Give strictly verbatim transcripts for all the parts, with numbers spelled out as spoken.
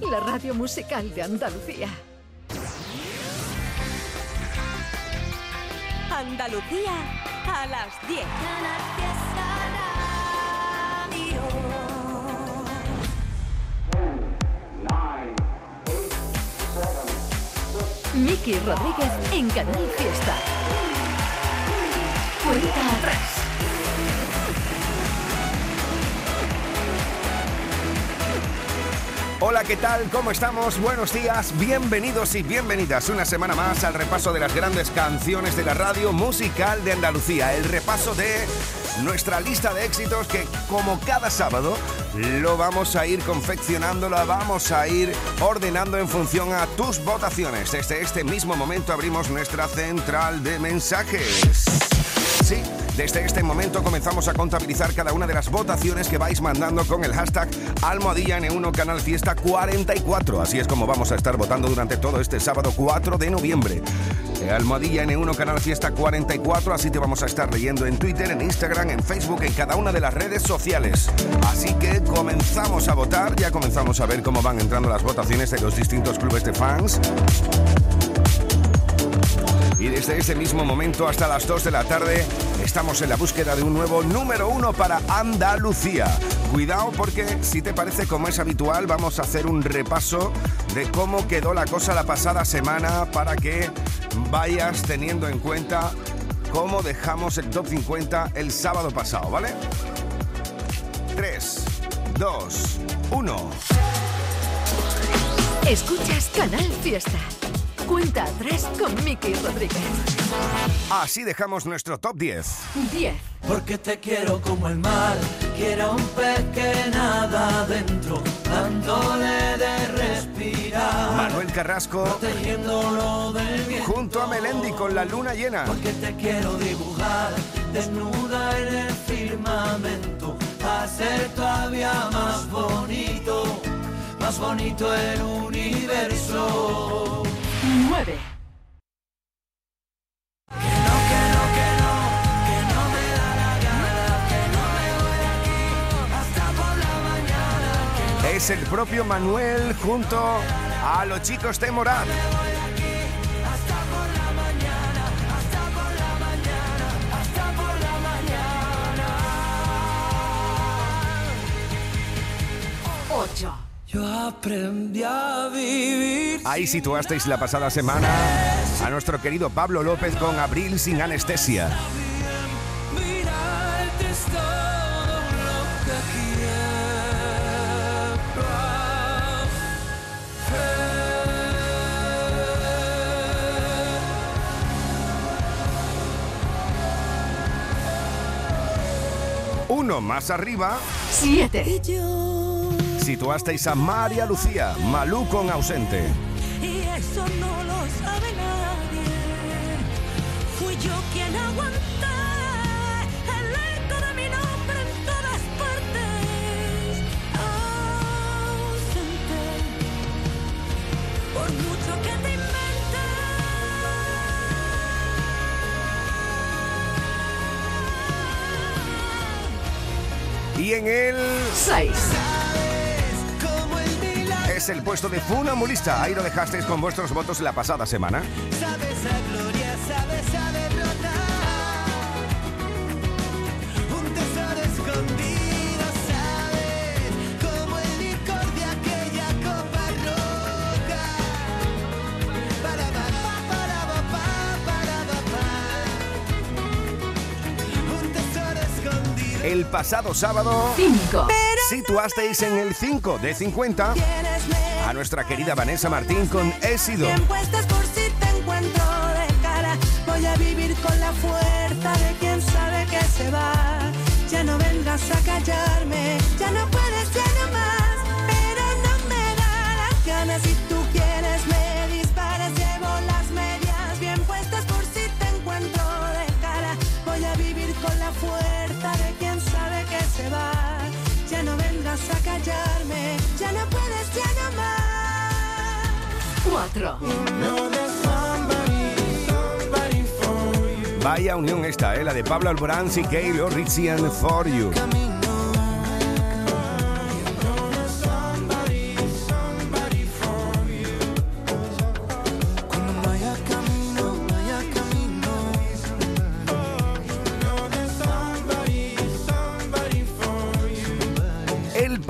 la radio musical de Andalucía. Andalucía a las diez. Miki Rodríguez en Canal Fiesta. Cuenta atrás. Hola, ¿qué tal? ¿Cómo estamos? Buenos días, bienvenidos y bienvenidas una semana más al repaso de las grandes canciones de la radio musical de Andalucía. El repaso de nuestra lista de éxitos que, como cada sábado, lo vamos a ir confeccionando, la vamos a ir ordenando en función a tus votaciones. Desde este mismo momento abrimos nuestra central de mensajes. Sí, desde este momento comenzamos a contabilizar cada una de las votaciones que vais mandando con el hashtag Almohadilla N uno Canal Fiesta cuarenta y cuatro. Así es como vamos a estar votando durante todo este sábado cuatro de noviembre. Almohadilla N uno Canal Fiesta cuarenta y cuatro, así te vamos a estar leyendo en Twitter, en Instagram, en Facebook, en cada una de las redes sociales. Así que comenzamos a votar, ya comenzamos a ver cómo van entrando las votaciones de los distintos clubes de fans. Y desde ese mismo momento hasta las dos de la tarde estamos en la búsqueda de un nuevo número uno para Andalucía. Cuidado porque, si te parece, como es habitual, vamos a hacer un repaso de cómo quedó la cosa la pasada semana para que vayas teniendo en cuenta cómo dejamos el top cincuenta el sábado pasado, ¿vale? tres, dos, uno. Escuchas Canal Fiesta. Cuenta atrás con Miki Rodríguez. Así dejamos nuestro top diez. diez. Porque te quiero como el mar, quiero un pez que nada adentro, dándole de respirar. Manuel Carrasco, protegiéndolo del viento, junto a Melendi con La Luna Llena. Porque te quiero dibujar, desnuda en el firmamento, a ser todavía más bonito, más bonito el universo. nueve. Es el propio Manuel junto a los chicos de Morat. ocho. Yo aprendí a vivir. Ahí situasteis la pasada semana a nuestro querido Pablo López con Abril sin anestesia. Uno más arriba. siete. Situasteis a María Lucía, Malú con Ausente. Y eso no lo sabe nadie. Fui yo quien aguanté el eco de mi nombre en todas partes. Ausente. Por mucho que te inventes. Y en el seis. es el puesto de Funambulista. Ahí lo dejasteis con vuestros votos la pasada semana. Sabes a gloria, sabes a derrota. Un tesoro escondido, sabes, como el licor de aquella copa roja. Para pa, para pa, para pa. Un tesoro escondido. El pasado sábado cinco. situasteis en el cinco de cincuenta a nuestra querida Vanessa Martín con He sido. Bien puestas por si te encuentro de cara. Voy a vivir con la fuerza de quien sabe que se va. Ya no vengas a callarme, ya no puedes, ya no más. Pero no me da las ganas, si tú quieres me disparas. Llevo las medias bien puestas por si te encuentro de cara. Voy a vivir con la fuerza de quien sabe que se va. Ya no vengas a callarme, ya no puedes, ya no más. cuatro. Vaya unión esta, ¿eh? La de Pablo Alborán y Keilo Ritzian For You.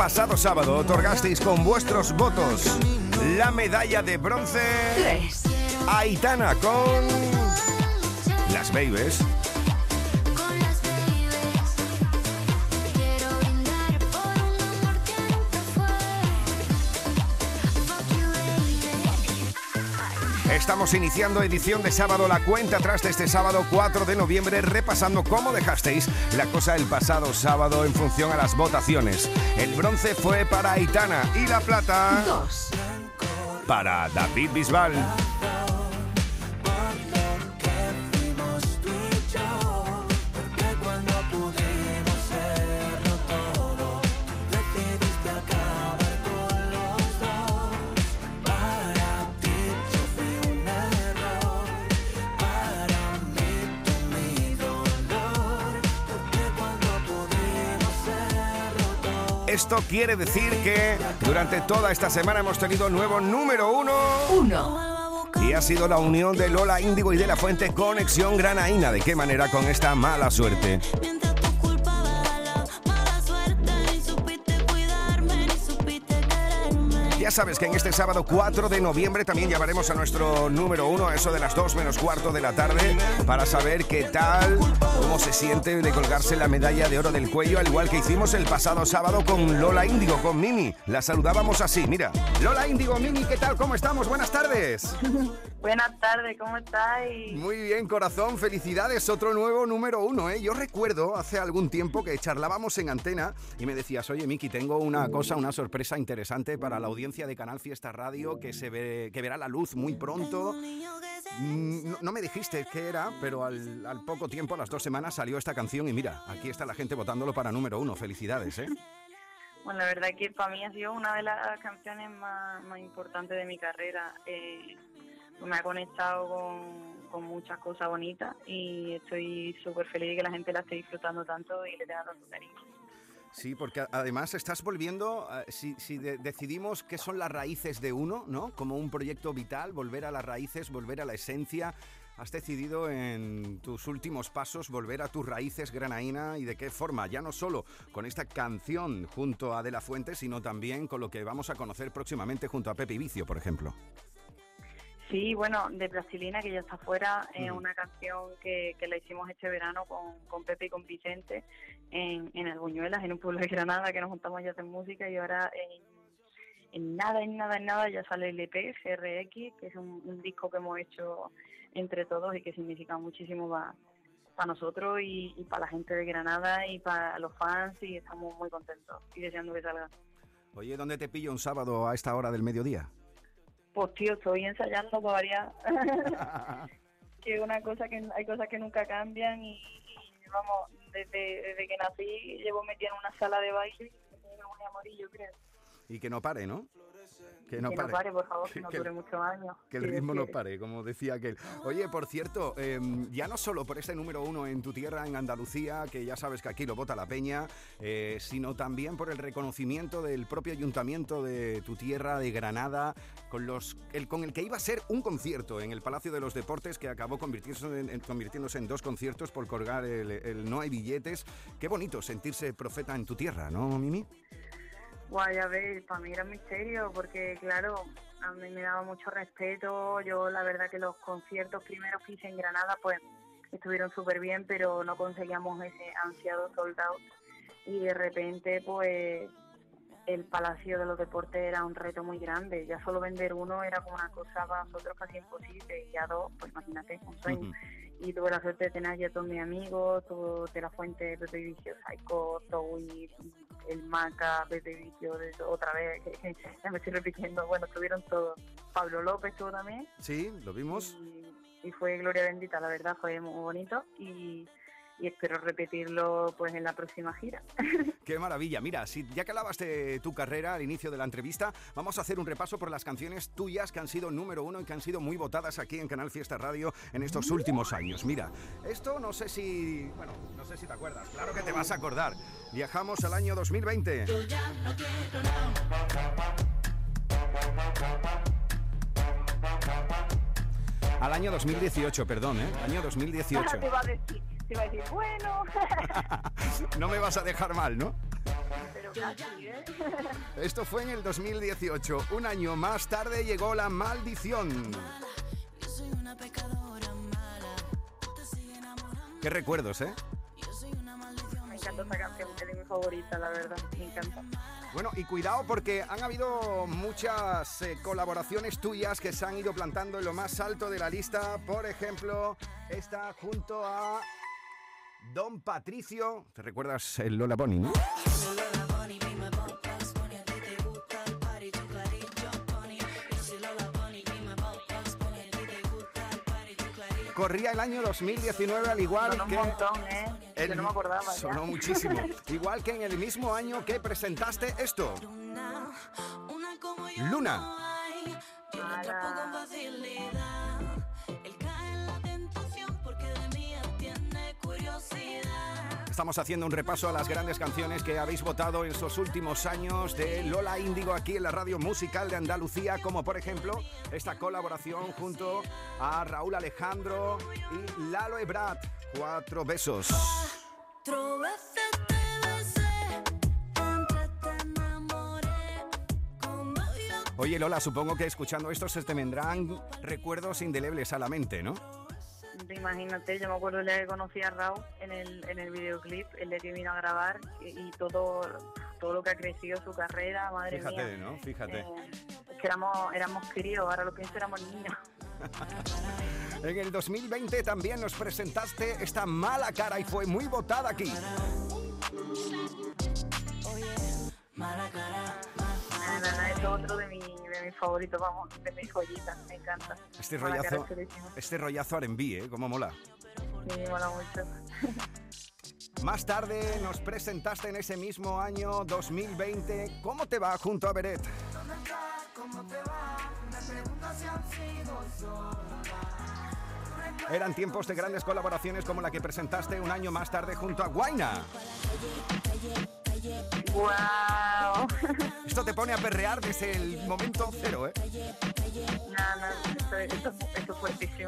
pasado sábado otorgasteis con vuestros votos la medalla de bronce tres. a Aitana con Las Babies. Estamos iniciando edición de sábado, la cuenta atrás de este sábado cuatro de noviembre, repasando cómo dejasteis la cosa el pasado sábado en función a las votaciones. El bronce fue para Aitana y la plata dos. para David Bisbal. Esto quiere decir que durante toda esta semana hemos tenido nuevo número uno. Uno. Y ha sido la unión de Lola Índigo y De La Fuente, Conexión Granaína. ¿De qué manera con esta mala suerte? Ya sabes que en este sábado cuatro de noviembre también llamaremos a nuestro número uno a eso de las dos menos cuarto de la tarde para saber qué tal, cómo se siente de colgarse la medalla de oro del cuello, al igual que hicimos el pasado sábado con Lola Índigo, con Mimi. La saludábamos así, mira. Lola Índigo, Mimi, ¿qué tal? ¿Cómo estamos? Buenas tardes. Buenas tardes, ¿cómo estáis? Muy bien, corazón, felicidades, otro nuevo número uno, ¿eh? Yo recuerdo hace algún tiempo que charlábamos en antena y me decías, oye, Miki, tengo una cosa, una sorpresa interesante para la audiencia de Canal Fiesta Radio que se ve, que verá la luz muy pronto. No, no me dijiste qué era, pero al, al poco tiempo, a las dos semanas, salió esta canción y mira, aquí está la gente votándolo para número uno. Felicidades, ¿eh? Bueno, la verdad que para mí ha sido una de las canciones más, más importantes de mi carrera. Eh, me ha conectado con, con muchas cosas bonitas y estoy súper feliz de que la gente la esté disfrutando tanto y le tenga tanto cariño. Sí, porque además estás volviendo, uh, si, si de, decidimos qué son las raíces de uno, ¿no? Como un proyecto vital, volver a las raíces, volver a la esencia. Has decidido en tus últimos pasos volver a tus raíces, granaína, y de qué forma, ya no solo con esta canción junto a De La Fuente, sino también con lo que vamos a conocer próximamente junto a Pepe y Vicio, por ejemplo. Sí, bueno, de Plastilina, que ya está fuera, es uh-huh. una canción que, que la hicimos este verano con, con Pepe y con Vicente en, en Albuñuelas, en un pueblo de Granada, que nos juntamos ya a hacer música, y ahora en, en nada, en nada, en nada ya sale el E P, G R X, que es un, un disco que hemos hecho entre todos y que significa muchísimo para pa nosotros y, y para la gente de Granada y para los fans, y estamos muy contentos y deseando que salga. Oye, ¿dónde te pillo un sábado a esta hora del mediodía? Pues tío, estoy ensayando para variar. Que una cosa que hay cosas que nunca cambian y, y vamos, desde, desde que nací llevo metida en una sala de baile y me voy a morir, yo creo. Y que no pare, ¿no? Que no, que pare. no pare, por favor, que, que no dure muchos años. Que el ritmo no pare, como decía aquel. Oye, por cierto, eh, ya no solo por este número uno en tu tierra, en Andalucía, que ya sabes que aquí lo vota la peña, eh, sino también por el reconocimiento del propio ayuntamiento de tu tierra, de Granada, con, los, el, con el que iba a ser un concierto en el Palacio de los Deportes, que acabó convirtiéndose en, en, convirtiéndose en dos conciertos por colgar el, el No hay billetes. Qué bonito sentirse profeta en tu tierra, ¿no, Mimi? Guay, a ver, para mí era un misterio porque, claro, a mí me daba mucho respeto. Yo, la verdad que los conciertos primeros que hice en Granada, pues, estuvieron súper bien, pero no conseguíamos ese ansiado sold out. Y de repente, pues, el Palacio de los Deportes era un reto muy grande. Ya solo vender uno era como una cosa para nosotros casi imposible. Y ya dos, pues imagínate, un sueño. Uh-huh. Y tuve la suerte de tener allí a todos mis amigos, tuve De La Fuente, Pepe y Vicio, Psycho, Towi, el Maca, Pepe y Vicio, de, otra vez, que, que ya me estoy repitiendo, bueno, estuvieron todos. Pablo López estuvo también. Sí, lo vimos. Y, y fue gloria bendita, la verdad, fue muy bonito y... y espero repetirlo pues en la próxima gira. ¡Qué maravilla! Mira, si ya que hablabas de tu carrera al inicio de la entrevista, vamos a hacer un repaso por las canciones tuyas que han sido número uno y que han sido muy votadas aquí en Canal Fiesta Radio en estos últimos años. Mira, esto no sé si... bueno, no sé si te acuerdas. Claro que te vas a acordar. Viajamos al año dos mil veinte. Yo ya no quiero nada. Al año dos mil dieciocho, perdón, ¿eh? Año dos mil dieciocho. Te iba a decir, te iba a decir, bueno. No me vas a dejar mal, ¿no? Pero casi, ¿eh? Esto fue en el dos mil dieciocho. Un año más tarde llegó La Maldición. Qué recuerdos, ¿eh? Me encanta esta canción, es de mi favorita, la verdad, me encanta. Bueno, y cuidado porque han habido muchas eh, colaboraciones tuyas que se han ido plantando en lo más alto de la lista. Por ejemplo, esta junto a Don Patricio. ¿Te recuerdas el Lola Bunny, no? Corría el año dos mil diecinueve, al igual Sonó que... un montón, ¿eh? El, Yo no me acordaba ya. Sonó muchísimo. Igual que en el mismo año que presentaste esto. Luna. Para... Estamos haciendo un repaso a las grandes canciones que habéis votado en estos últimos años de Lola Índigo aquí en la radio musical de Andalucía, como por ejemplo esta colaboración junto a Raúl Alejandro y Lalo Ebrard, Cuatro Besos. Cuatro veces te besé, antes te enamoré, como yo. Oye Lola, supongo que escuchando esto se te vendrán recuerdos indelebles a la mente, ¿no? Imagínate, yo me acuerdo el día que conocí a Raúl en el, en el videoclip, el día que vino a grabar y, y todo, todo lo que ha crecido su carrera, madre Fíjate, mía. ¿no? Fíjate. Eh, es que éramos, éramos críos, ahora lo pienso éramos niños. En el dos mil veinte también nos presentaste esta Mala Cara y fue muy votada aquí. Mala cara. Nana es otro de, mi, de mis favoritos, vamos, de mis joyitas, me encanta. Este Mala Cara rollazo, es chulísimo. este rollazo R and B, ¿eh? Cómo mola. Sí, mola mucho. Más tarde nos presentaste en ese mismo año dos mil veinte ¿Cómo te va junto a Beret? Eran tiempos de grandes colaboraciones como la que presentaste un año más tarde junto a Guaina. ¡Wow! Esto te pone a perrear desde el momento cero, ¿eh? No, no, esto, esto, esto es fuertísimo.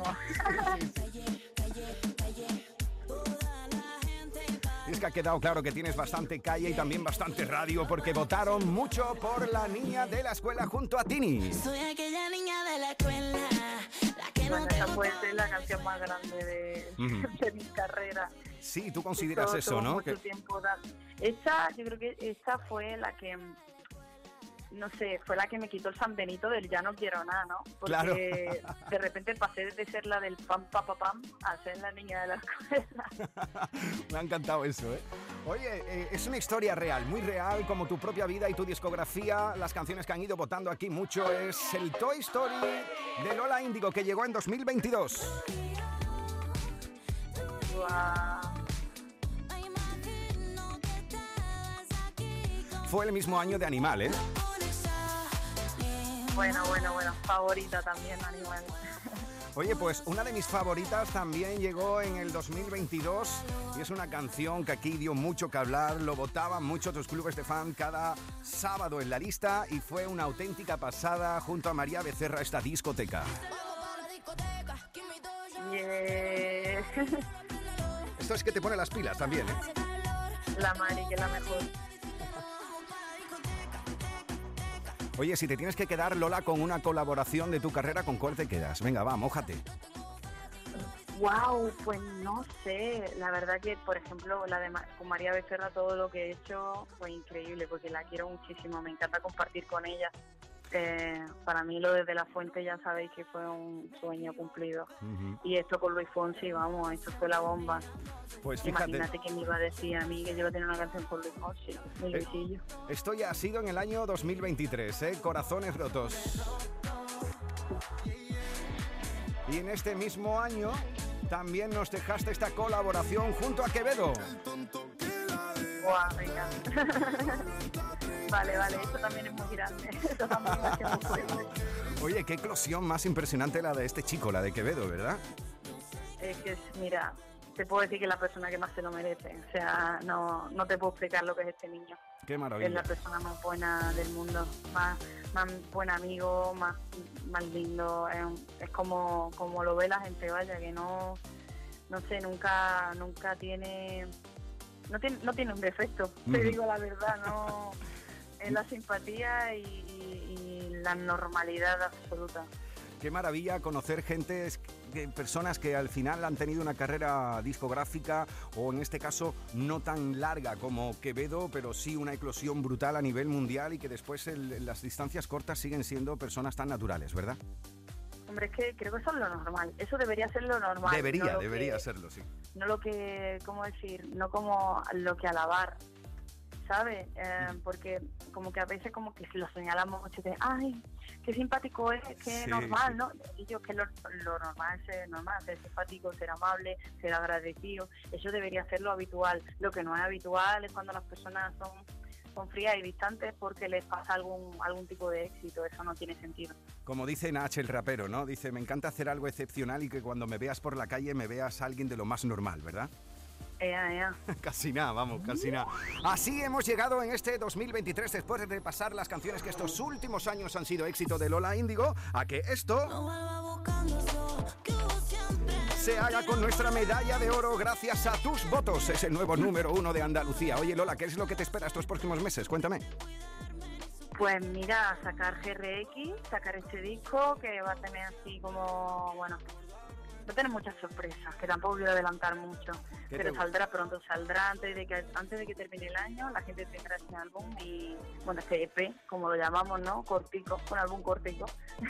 Y es que ha quedado claro que tienes bastante calle y también bastante radio porque votaron mucho por La Niña de la Escuela junto a Tini. Soy aquella niña de la escuela, la que no Bueno, te esa gusta. puede ser la canción más grande de, Ujú. de mi carrera. Sí, tú consideras Todo- eso, todo ¿no? mucho Que- tiempo da- Esta, yo creo que esta fue la que, no sé, fue la que me quitó el San Benito del ya no quiero nada, ¿no? Porque Claro. de repente pasé de ser la del pam, pa, pa, pam, a ser la niña de la escuela. Me ha encantado eso, ¿eh? Oye, eh, es una historia real, muy real, como tu propia vida y tu discografía. Las canciones que han ido votando aquí mucho es el Toy Story de Lola Índigo, que llegó en dos mil veintidós. Guau. Fue el mismo año de Animal, ¿eh? Bueno, bueno, bueno, favorita también, Animal. Oye, pues una de mis favoritas también llegó en el dos mil veintidós y es una canción que aquí dio mucho que hablar, lo votaban mucho tus clubes de fan cada sábado en la lista y fue una auténtica pasada junto a María Becerra esta discoteca. Yeah. Esto es que te pone las pilas también, ¿eh? La Mari, que es la mejor. Oye, si te tienes que quedar, Lola, con una colaboración de tu carrera, ¿con cuál te quedas? Venga, va, mójate. Wow, pues no sé, la verdad que por ejemplo la de Ma- con María Becerra todo lo que he hecho fue increíble porque la quiero muchísimo, me encanta compartir con ella. Eh, para mí lo desde La Fuente ya sabéis que fue un sueño cumplido. Uh-huh. Y esto con Luis Fonsi, vamos, esto fue la bomba. Pues fíjate, Imagínate que me iba a decir a mí que yo iba a tener una canción con Luis Fonsi, mi Eh. Luisillo. esto ya ha sido en el año dos mil veintitrés, ¿eh? Corazones rotos. Y en este mismo año también nos dejaste esta colaboración junto a Quevedo. Guau, venga. Vale, vale, esto también es muy grande. Esto también es muy fuerte. Oye, qué eclosión más impresionante la de este chico, la de Quevedo, ¿verdad? Es que, mira, te puedo decir que es la persona que más se lo merece. O sea, no, no te puedo explicar lo que es este niño. Qué Es maravilla. la persona más buena del mundo, más, más buen amigo, más, más lindo. Es, un- es como, como lo ve la gente, vaya, que no, no sé, nunca, nunca tiene no tiene, no tiene un defecto, uh-huh. Te digo la verdad, no es la simpatía y, y, y la normalidad absoluta. Qué maravilla conocer gente, personas que al final han tenido una carrera discográfica o en este caso no tan larga como Quevedo, pero sí una eclosión brutal a nivel mundial y que después en las distancias cortas siguen siendo personas tan naturales, ¿verdad? Hombre, es que creo que eso es lo normal, eso debería ser lo normal. Debería, no debería que, serlo, sí. No lo que, ¿cómo decir? No como lo que alabar, ¿sabes? Eh, porque como que a veces como que lo señalamos mucho de, ay, qué simpático es, qué sí, normal, sí. ¿no? Y yo que lo, lo normal es ser normal, ser simpático, ser amable, ser agradecido, eso debería ser lo habitual. Lo que no es habitual es cuando las personas son, son frías y distantes porque les pasa algún algún tipo de éxito, eso no tiene sentido. Como dice Nach el rapero, ¿no? Dice, me encanta hacer algo excepcional y que cuando me veas por la calle me veas a alguien de lo más normal, ¿verdad? Yeah, yeah. Casi nada, vamos, casi nada. Así hemos llegado en este dos mil veintitrés, después de pasar las canciones que estos últimos años han sido éxito de Lola Índigo, a que esto se haga con nuestra medalla de oro gracias a tus votos. Es el nuevo número uno de Andalucía. Oye, Lola, ¿qué es lo que te espera estos próximos meses? Cuéntame. Pues mira, sacar G R X, sacar este disco que va a tener así como, bueno... Va a tener muchas sorpresas, que tampoco quiero adelantar mucho, pero te... saldrá pronto, saldrá antes de que antes de que termine el año, la gente tendrá este álbum y, bueno, este E P, como lo llamamos, ¿no? Cortico, un álbum cortico,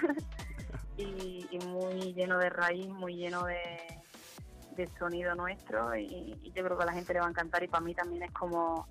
y, y muy lleno de raíz, muy lleno de, de sonido nuestro, y, y yo creo que a la gente le va a encantar, y para mí también es como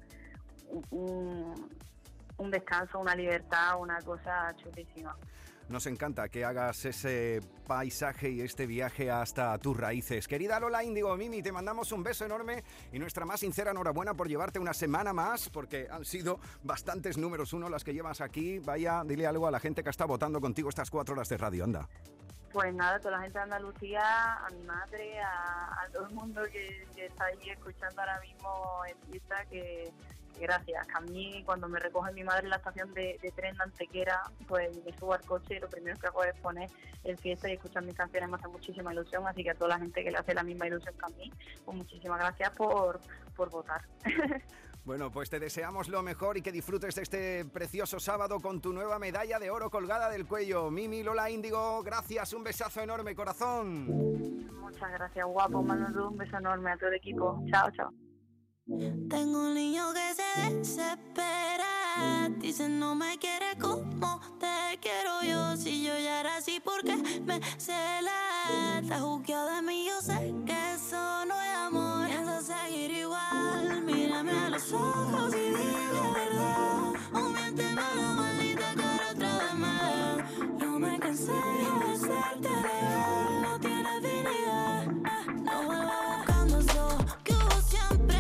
un, un descanso, una libertad, una cosa chulísima. Nos encanta que hagas ese paisaje y este viaje hasta tus raíces. Querida Lola Índigo, Mimi, te mandamos un beso enorme y nuestra más sincera enhorabuena por llevarte una semana más, porque han sido bastantes números uno las que llevas aquí. Vaya, dile algo a la gente que está votando contigo estas cuatro horas de radio, anda. Pues nada, toda la gente de Andalucía, a mi madre, a, a todo el mundo que, que está ahí escuchando ahora mismo en fiesta, que... Gracias. A mí, cuando me recoge mi madre en la estación de, de tren de Antequera, pues me subo al coche y lo primero que hago es poner el fiesta y escuchar mis canciones. Me hace muchísima ilusión, así que a toda la gente que le hace la misma ilusión que a mí, pues muchísimas gracias por, por votar. Bueno, pues te deseamos lo mejor y que disfrutes de este precioso sábado con tu nueva medalla de oro colgada del cuello. Mimi, Lola Índigo, gracias, un besazo enorme, corazón. Muchas gracias, guapo, mando un beso enorme a todo el equipo. Chao, chao. Tengo un niño que se desespera, dice no me quiere como te quiero yo. Si yo ya era así, ¿por qué me cela? Está juzgado de mí, yo sé que eso no es amor. Pienso seguir igual, mírame a los ojos y dile la verdad. O miénteme a la maldita cara otra vez más. No me cansé de hacerte real, no tienes dignidad. No vuelvas buscando eso que hubo siempre.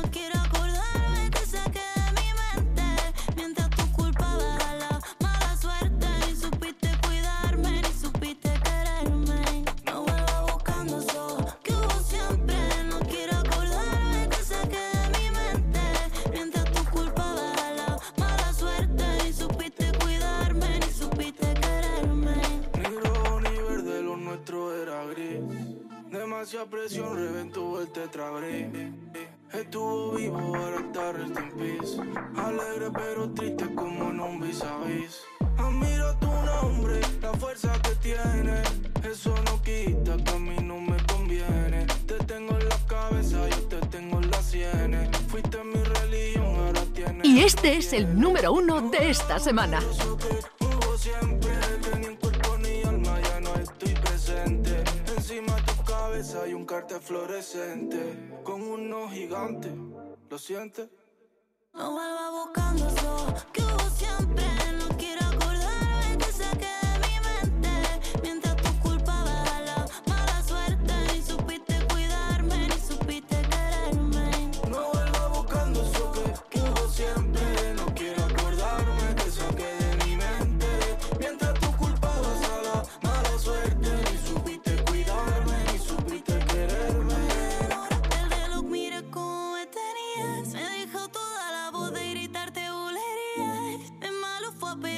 Demasiada presión, reventó el tetrabric. Estuvo vivo, ahora está rest in peace. Alegre pero triste como en un vis a vis. Admiro tu nombre, la fuerza que tiene. Eso no quita que a mí no me conviene. Te tengo en la cabeza, yo te tengo en las sienes. Fuiste mi religión, ahora tienes. Y este es el número uno de esta semana. Siempre tenía un cuerpo ni alma, ya no estoy presente. Encima de tu cabeza hay un cartel fluorescente con unos gigantes, ¿lo sientes? No vuelva buscando eso que hubo siempre. No quiero acordarme, te saqué de mi mente. Mientras tu culpa baja la mala suerte. Ni supiste cuidarme, ni supiste quererme. No vuelva buscando eso que, que hubo siempre. No quiero acordarme, te saqué de mi mente. Mientras tu culpa baja la mala suerte. Ni supiste cuidarme, ni supiste quererme. El reloj, mira cómo me tenías. Me dijo toda la voz de gritarte bulerías. De malo fue a pedir.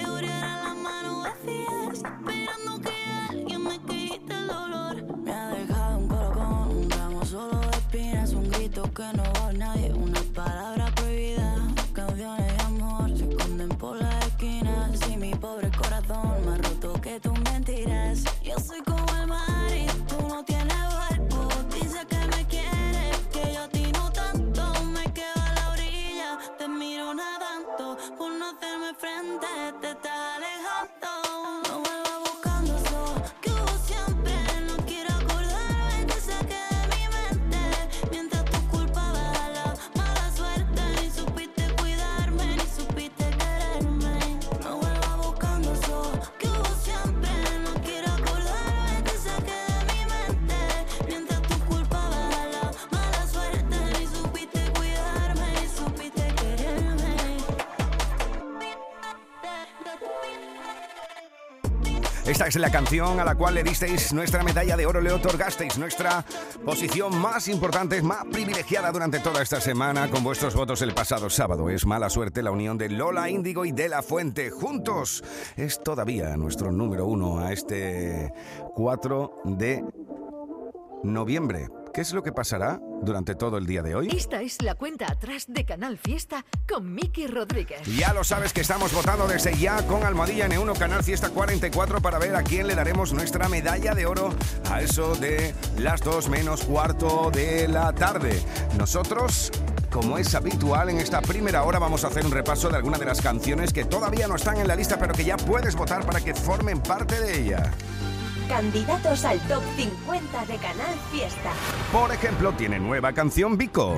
Esta es la canción a la cual le disteis nuestra medalla de oro, le otorgasteis nuestra posición más importante, más privilegiada durante toda esta semana con vuestros votos el pasado sábado. Es Mala Suerte, la unión de Lola Índigo y De La Fuente. Juntos es todavía nuestro número uno a este cuatro de noviembre. ¿Qué es lo que pasará durante todo el día de hoy? Esta es la cuenta atrás de Canal Fiesta con Miki Rodríguez. Ya lo sabes que estamos votando desde ya con Almohadilla N uno Canal Fiesta cuarenta y cuatro para ver a quién le daremos nuestra medalla de oro a eso de las dos menos cuarto de la tarde. Nosotros, como es habitual en esta primera hora, vamos a hacer un repaso de algunas de las canciones que todavía no están en la lista, pero que ya puedes votar para que formen parte de ella. Candidatos al top cincuenta de Canal Fiesta. Por ejemplo, tiene nueva canción Vico.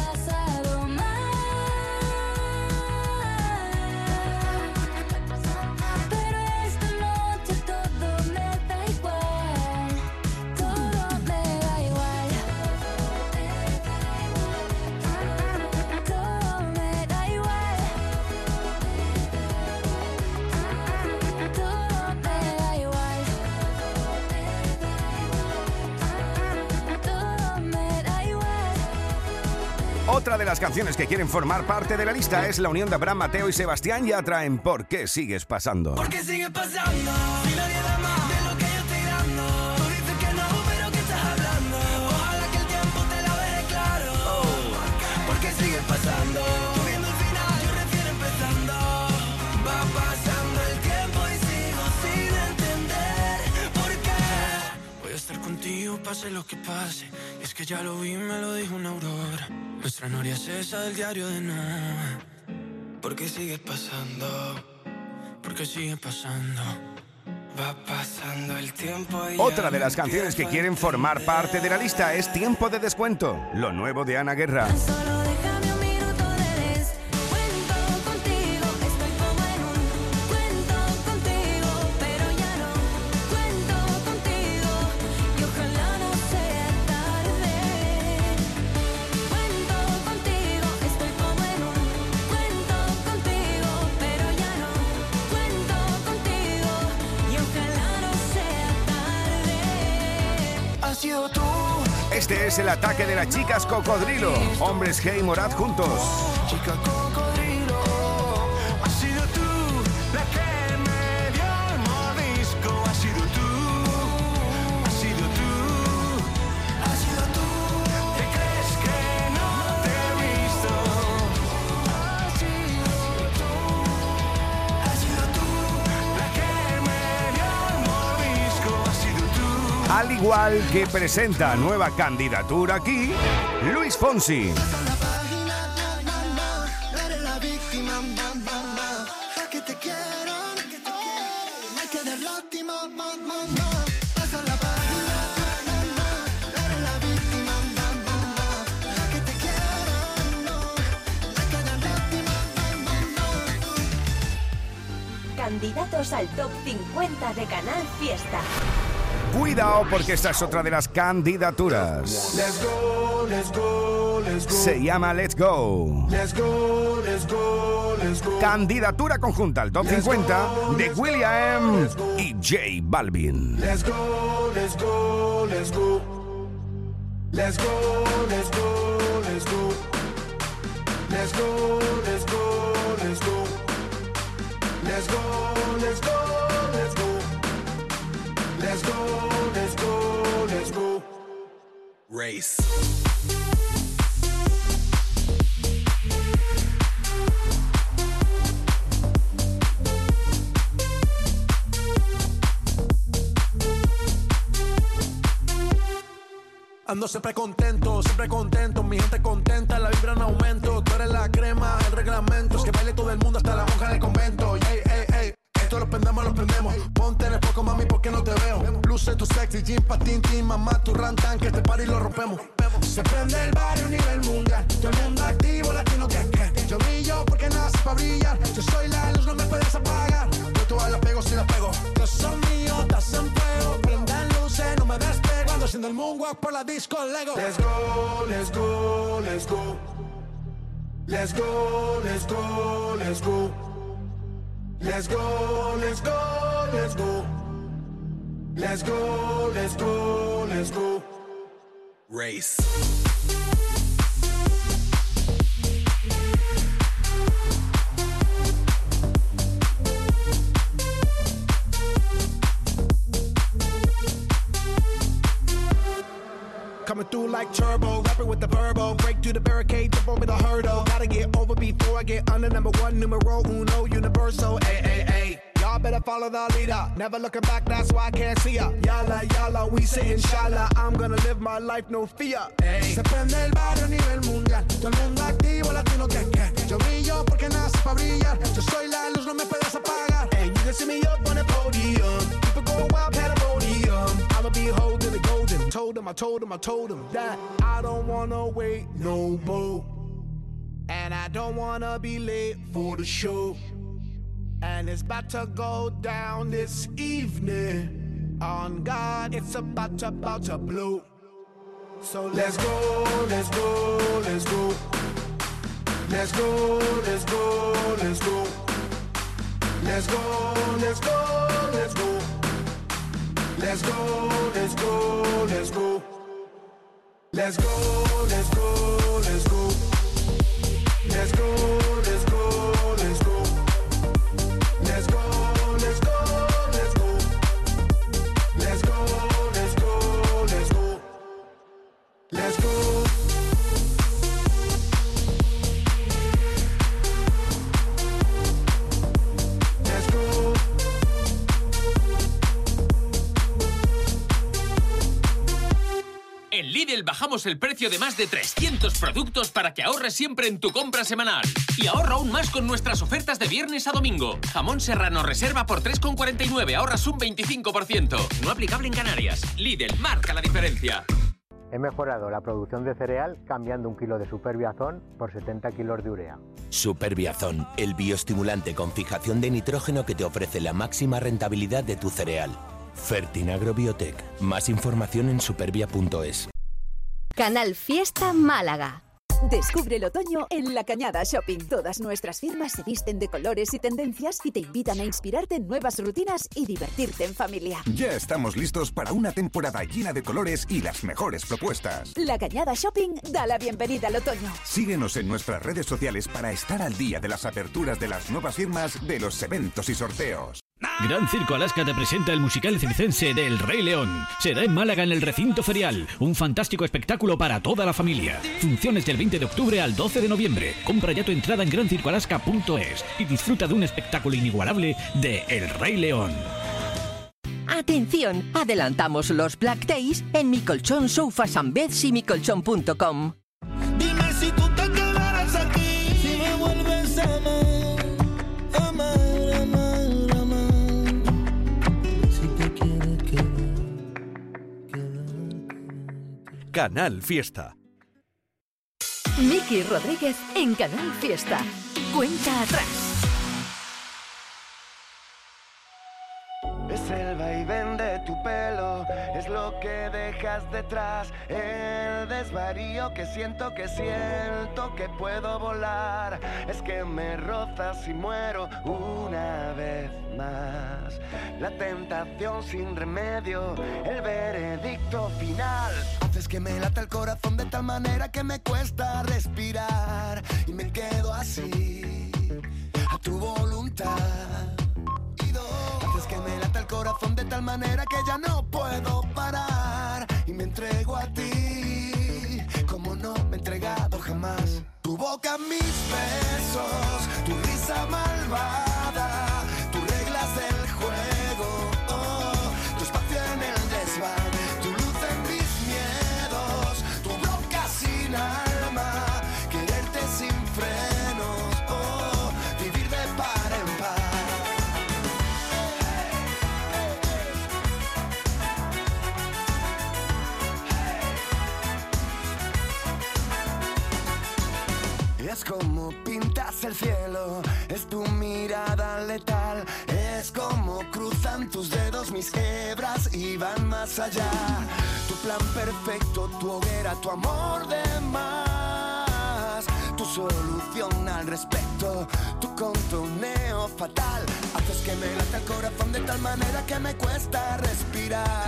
Otra de las canciones que quieren formar parte de la lista es la unión de Abraham Mateo y Sebastián Yatra en ¿Por qué sigues pasando? ¿Por qué sigues pasando? Si nadie da más de lo que yo estoy dando. Tú dices que no, pero ¿qué estás hablando? Ojalá que el tiempo te la deje claro. ¿Por qué sigues pasando? Tú viendo el final, yo recién empezando. Va pasando el tiempo y sigo sin entender por qué. Voy a estar contigo pase lo que pase. Y es que ya lo vi, me lo dijo una aurora. Nuestra noria es esa del diario de Noa. ¿Por qué sigues pasando? ¿Por qué sigues pasando? Va pasando el tiempo y otra de las canciones que quieren formar parte de la lista es Tiempo de Descuento, lo nuevo de Ana Guerra. Solo déjame un minuto de descuento contigo. Estoy como en un cuento contigo, pero ya no cuento contigo. Y ojalá no sea tarde. Cuento contigo, estoy como en un cuento contigo, pero ya no cuento contigo. Y ojalá no sea tarde. has sido tú. Este es el ataque de las chicas Cocodrilo, Hombres G y Morat juntos. Chica cocodrilo, has sido tú la que me dio el mordisco. Has sido tú, has sido tú, has sido tú. ¿Te crees que no te he visto? Has sido tú, has sido tú la que me dio el mordisco. Has sido tú. Al igual que presenta nueva candidatura aquí, Luis Fonsi. Candidatos al top cincuenta de Canal Fiesta. Cuidado porque esta es otra de las candidaturas. Let's go, let's go, let's go. Se llama Let's Go. Let's go, let's go, let's go. Candidatura conjunta al top cincuenta de William y J Balvin. Let's go, let's go, let's go. Let's go, let's go, let's go. Let's go, let's go, let's go. Let's go, let's go, let's go. Let's go, let's go, let's go. Race. Ando siempre contento, siempre contento, mi gente contenta, la vibra en aumento. Tú eres la crema, el reglamento, es que baile todo el mundo hasta la monja del convento. Ey, ey, ey, esto lo prendemos, lo prendemos. Ponte en el poco, mami, porque no te veo. Luce tu sexy, jean, patín, team, mamá, tu rantan, que este party lo rompemos. Se prende el barrio a nivel mundial, todo el mundo activo, latino que que. Yo brillo porque nace para brillar, yo soy la luz, no me puedes apagar. Yo todas las pego si las pego. Todos son míos, estás en fuego, prendan luces, no me despego. Ando haciendo el moonwalk por la disco Lego. Let's go, let's go, let's go. Let's go, let's go, let's go. Let's go, let's go, let's go. Let's go, let's go, let's go. Race. Coming through like turbo, rapping with the verbo. Break through the barricade, jump over the hurdle. Gotta get over before I get under. Number one, numero uno, universal. Ay, ay, ay. Y'all better follow the leader. Never looking back, that's why I can't see ya. Yala, yala, we say inshallah. I'm gonna live my life, no fear. Ay. Se prende el barrio a nivel mundial. Todo el mundo activo, latino que que. Yo brillo porque nací pa' brillar. Yo soy la luz, no me puedes apagar. And you can see me up on the podium. People go wild, pandemonium. I'ma be holding the golden. Told him, I told him, I told him that I don't wanna wait no more. And I don't wanna be late for the show. And it's about to go down this evening. On God, it's about to, about to blow. So let's go, let's go, let's go. Let's go, let's go, let's go. Let's go, let's go, let's go. Let's go, let's go, let's go. Let's go, let's go, let's go. Let's go, let's go, let's go. Let's go, let's go, let's go. Let's go, let's go, let's go. Let's go. Let's go. En Lidl bajamos el precio de más de trescientos productos para que ahorres siempre en tu compra semanal. Y ahorra aún más con nuestras ofertas de viernes a domingo. Jamón serrano reserva por tres con cuarenta y nueve, ahorras un veinticinco por ciento. No aplicable en Canarias. Lidl, marca la diferencia. He mejorado la producción de cereal cambiando un kilo de Superbiazón por setenta kilos de urea. Superbiazón, el bioestimulante con fijación de nitrógeno que te ofrece la máxima rentabilidad de tu cereal. Fertinagro Biotech. Más información en superbia punto es. Canal Fiesta Málaga. Descubre el otoño en La Cañada Shopping. Todas nuestras firmas se visten de colores y tendencias y te invitan a inspirarte en nuevas rutinas y divertirte en familia. Ya estamos listos para una temporada llena de colores y las mejores propuestas. La Cañada Shopping da la bienvenida al otoño. Síguenos en nuestras redes sociales para estar al día de las aperturas de las nuevas firmas, de los eventos y sorteos. Gran Circo Alaska te presenta el musical circense del Rey León. Será en Málaga en el recinto ferial. Un fantástico espectáculo para toda la familia. Funciones del veinte de octubre al doce de noviembre. Compra ya tu entrada en gran circo alaska punto es y disfruta de un espectáculo inigualable de El Rey León. Atención, adelantamos los Black Days en Mi Colchón, Sofas and Beds y mi colchón punto com. Dime si tú te quedarás aquí, si me vuelves a amar, amar, amar, amar. Si te quieres quedar, quedar. Canal Fiesta. Miki Rodríguez en Canal Fiesta. Cuenta atrás. Es el vaivén de tu pelo, es lo que dejas detrás. El desvarío que siento, que siento que puedo volar. Es que me rozas y muero una vez más. La tentación sin remedio, el veredicto final. Haces que me lata el corazón de tal manera que me cuesta respirar. Y me quedo así, a tu voluntad. Haces que me lata el corazón de tal manera que ya no puedo parar. Y me entrego a ti, como no me he entregado jamás. Tu boca, mis besos, tu risa malvada, tus reglas del juego, oh, tu espacio en el desván, tu luz en mis miedos, tu boca sin alma, quererte sin frenos, oh, vivir de par en par. Es como pintas el cielo, es tu mirada letal. Es como cruzan tus dedos mis hebras y van más allá. Tu plan perfecto, tu hoguera, tu amor de más. Tu solución al respecto, tu contoneo fatal. Haces que me lata el corazón de tal manera que me cuesta respirar.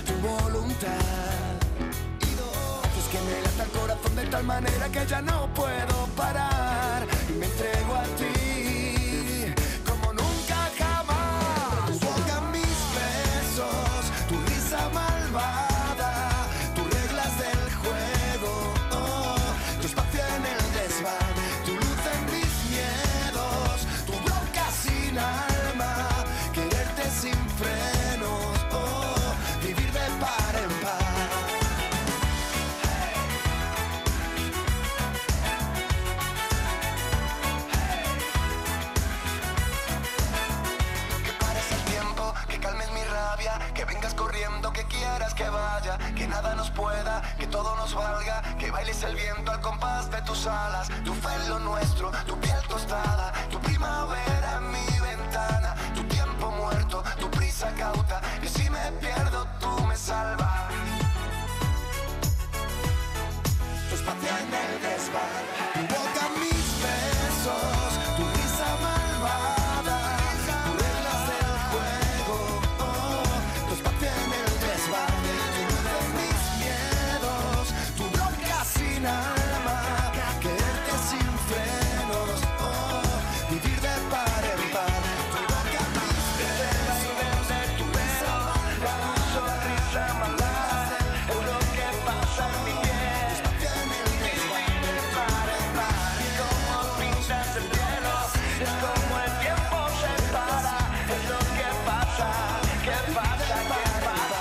tu voluntad. Y dos, es que me lata el corazón de tal manera que ya no puedo parar. Y me entrego a ti como nunca jamás. Tu boca, mis besos, tu risa malvada, tus reglas del juego, oh, tu espacio en el desván, tu luz en mis miedos, tu boca sin alma, quererte sin frenos, oh, vivir de par en par. Que pares el tiempo, que calmes mi rabia, que vengas corriendo, que quieras que vaya, que nada nos pueda, que todo nos valga, que bailes el viento al compás de tus alas, tu fe en lo nuestro, tu piel tostada, tu primavera en mi ventana, tu tiempo muerto, tu prisa cauta, y si me pierdo tú me salvas. Tu espacio en el desván, tu boca, mis besos, tu risa malvada, tus reglas del juego, oh, tu espacio en el desván, tu luz en mis miedos, tu boca sin alma, quererte sin frenos, oh, vivir de par en par. Tu boca, mis besos, tu risa malvada, tu sonrisa malvada, es lo que pasa en mi piel. Tu espacio en el desván, de par en par. Y como pintas el cielo, es como el tiempo se para, es lo que pasa, que pasa, que pasa.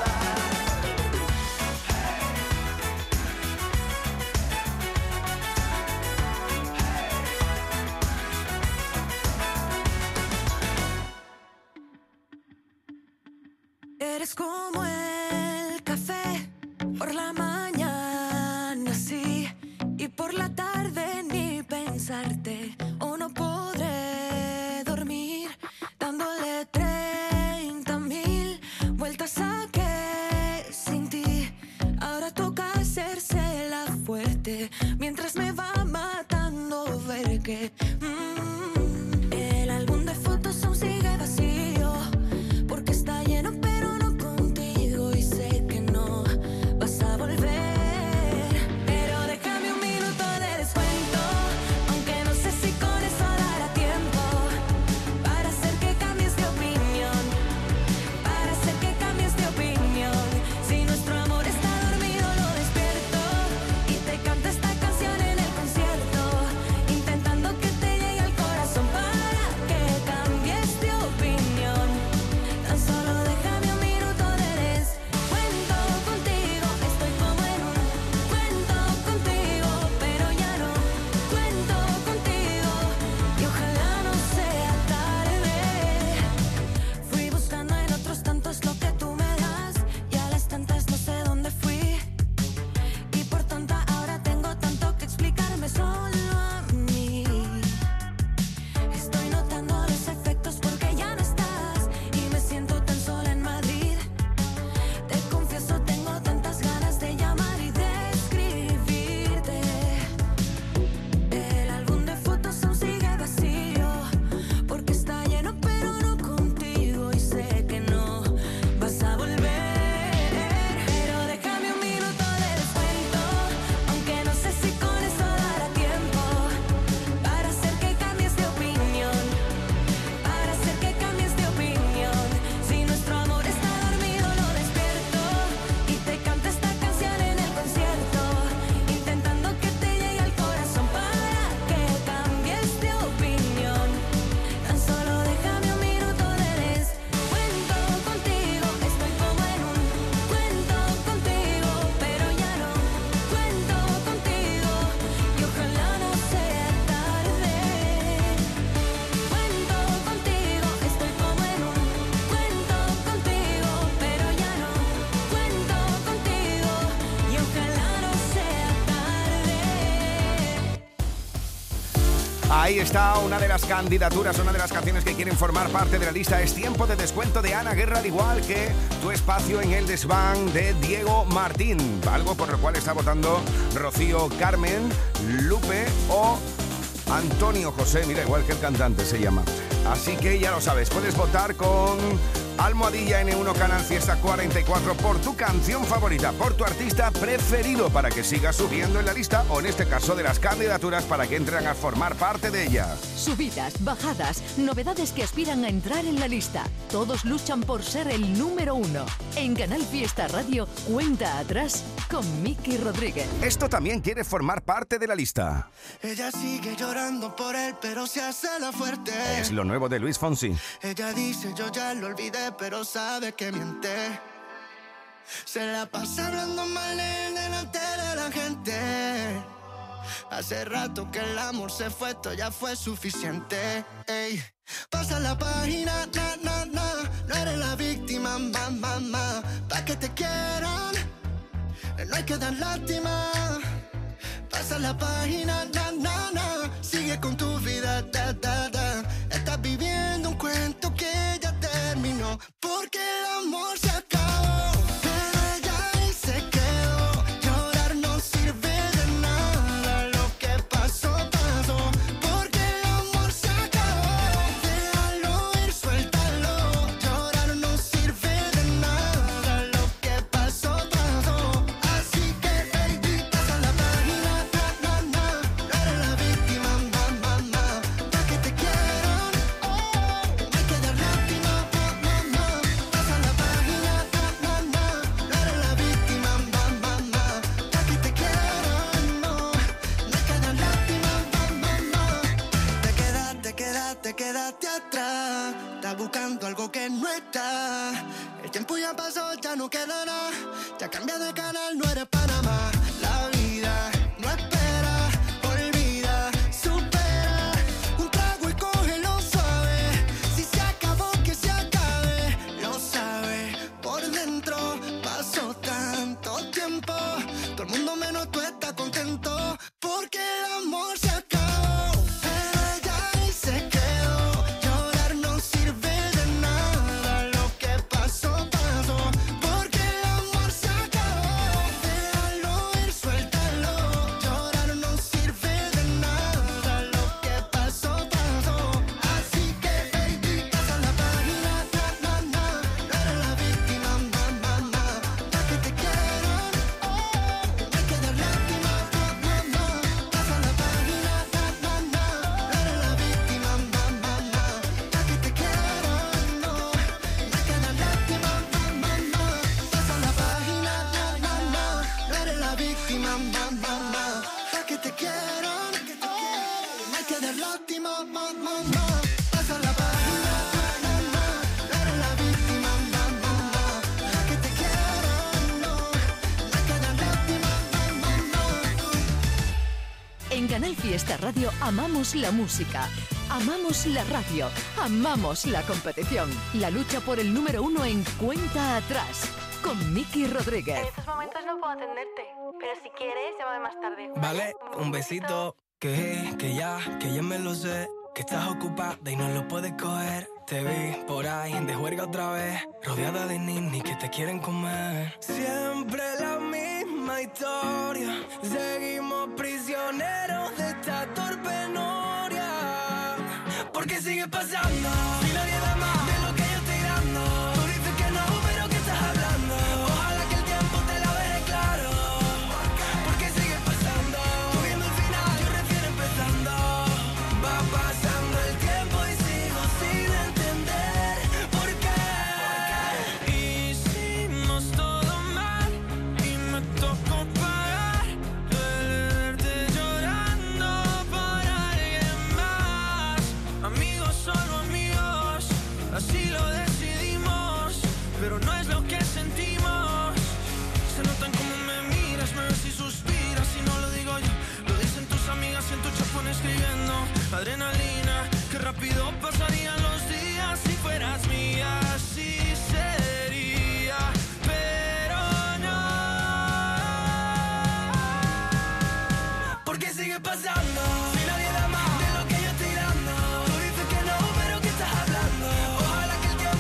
Eres como el café por la mañana, sí, y por la tarde ni pensarte, o no podré dormir, dándole treinta mil vueltas a que sin ti, ahora toca hacerse la fuerte, mientras me va matando ver que mm, el álbum de fotos aún sigue vacío, porque está lleno pero no contigo, y sé que no vas a volver, pero déjame un minuto de descuento, aunque no sé si con eso dará tiempo, para hacer que cambies de opinión, para hacer que cambies de opinión. Si nuestro amor está dormido lo despierto y te canto esta canción en el concierto, intentando que te llegue al corazón para que cambies de opinión. Tan solo déjame un minuto de descuento contigo, estoy como en un cuento contigo, pero ya no cuento contigo, y ojalá no sea tarde. Fui buscando en otros tantos lo que tú me das, y a las tantas no sé dónde fui, y por tonta ahora tengo tanto que explicarme solo a mí. Estoy notando los efectos porque ya no estás, y me siento tan sola en Madrid. Te confieso, tengo tantas ganas de llamar y de escribirte. El álbum de fotos aún sigue vacío, porque está lleno pero no contigo, y sé que no vas a volver, pero déjame un minuto de descuento, aunque no sé si con eso dará tiempo, para hacer que cambies de opinión, para hacer que cambies de opinión. Si nuestro amor está dormido lo despierto y te canto esta canción en el concierto, intentando que te llegue al corazón para que cambies de opinión. Tan solo déjame un minuto de descuento contigo, estoy como en un cuento contigo, pero ya no cuento contigo, y ojalá no sea tarde. Cuento contigo, estoy como en un cuento contigo, pero ya no cuento contigo, y ojalá no sea tarde. Ahí está una de las candidaturas, una de las canciones que quieren formar parte de la lista. Es Tiempo de Descuento de Ana Guerra, al igual que Tu Espacio en el Desván de Diego Martín, algo por lo cual está votando Rocío Carmen, Lupe o Antonio José, mira, igual que el cantante se llama. Así que ya lo sabes, puedes votar con Almohadilla N uno Canal Fiesta cuarenta y cuatro por tu canción favorita, por tu artista preferido, para que sigas subiendo en la lista, o en este caso de las candidaturas para que entren a formar parte de ella. Subidas, bajadas, novedades que aspiran a entrar en la lista. Todos luchan por ser el número uno. En Canal Fiesta Radio, cuenta atrás con Miki Rodríguez. Esto también quiere formar parte de la lista. Ella sigue llorando por él, pero se hace la fuerte. Es lo nuevo de Luis Fonsi. Ella dice, yo ya lo olvidé, pero sabe que miente. Se la pasa hablando mal de él delante de la gente. Hace rato que el amor se fue, esto ya fue suficiente. Ey. Pasa la página, na, na, na. No eres la víctima, ma, ma, ma. Pa' que te quieran, no hay que dar lástima. Pasa la página, na, na, na. Sigue con tu vida, da, da, da. Estás viviendo un cuento que ya terminó, porque el amor se acabó. Pero ella ahí se quedó. Llorar no sirve de nada. Lo que pasó, pasó. Porque el amor se acabó. Déjalo ir, suéltalo. Llorar no sirve de nada. Lo que pasó, pasó. Así que, baby, pasa la página, na, na, na. No eres la víctima, ma, ma, ma. Pa' que te quieran, oh, hay que dar lástima, ma, ma, ma. Pasa la página, na, na, na. No eres la víctima, ma, ma, ma. Pa' que te quieran, no, no hay que dar lástima, ma, ma, ma. Te quedaste, te quedaste, te quedaste atrás. Estás buscando algo que no está. El tiempo ya pasó, ya no queda nada. Ya cambia de canal, no eres Panamá. La vida no espera, olvida, supera. Un trago y cógelo suave. Si se acabó, que se acabe. Lo sabe por dentro. Pasó tanto tiempo. Todo el mundo menos tú está contento. Porque el amor se acabó. Pero ella ahí se quedó. Llorar no sirve de nada. Lo que pasó, pasó. Porque el amor se acabó. Déjalo ir, suéltalo. Llorar no sirve de nada. Lo que pasó, pasó. Así que, baby, pasa la página, na, na, na. No eres la víctima, ma, ma, ma. Pa' que te quieran, oh, hay que dar lástima, ma, ma, ma. Pasa la página, na, na, na. No eres la víctima, ma, ma, ma. Pa' que te quieran, no, no hay que dar lástima, ma, ma, ma. Pasa la página, na, na, na. No eres la víctima, ma, ma, ma. Pa' que te quieran, oh, no hay que dar lástima, ma, ma, ma. Pasa la página, na, na, na. No eres la víctima, ma, ma, ma. Pa' que te quieran, no, no hay que dar lástima, ma, ma, ma. En Canal Fiesta Radio amamos la música, amamos la radio, amamos la competición. La lucha por el número uno en Cuenta Atrás con Miki Rodríguez. En estos momentos no puedo atenderte, pero si quieres, llámame más tarde. Vale, un besito. Que, que ya, que ya me lo sé. Que estás ocupada y no lo puedes coger. Te vi por ahí de juerga otra vez, rodeada de ninis que te quieren comer. Siempre la misma historia. Seguimos prisioneros de esta torpe noria. Porque sigue pasando. Si nadie da más de lo que yo estoy dando. Tú dices que no, pero ¿qué estás hablando? Ojalá que el tiempo te la deje claro. Porque sigue pasando. Tú viendo el final, yo recién empezando. Va pasando el tiempo y sigo sin entender por qué. Hicimos todo mal y me tocó pagar el verte llorando por alguien más. Amigos, solo amigos, así lo decidimos, pero no es lo que sentimos. Se notan como me miras, me ves y suspiras, y no lo digo yo, lo dicen tus amigas en tu chat pone escribiendo. Adrenalina, qué rápido pasarían los días si fueras mía, así sería, pero no. Porque sigue pasando. Si nadie da más de lo que yo estoy dando. Tú dices que no, pero ¿qué estás hablando? Ojalá que el tiempo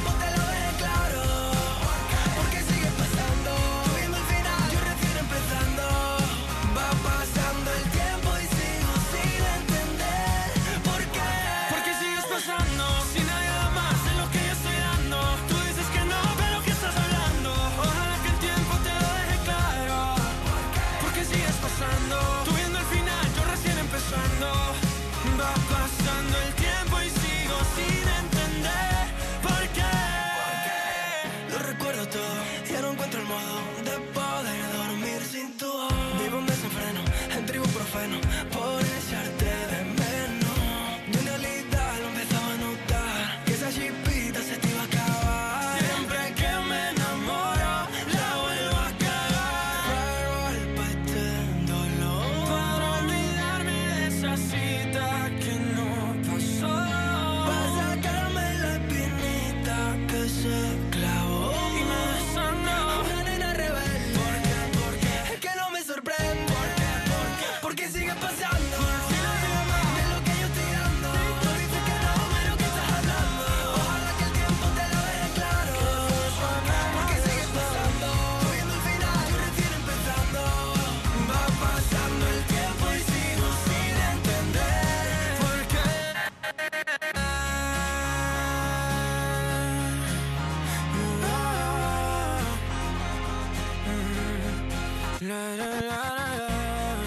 La, la, la, la, la.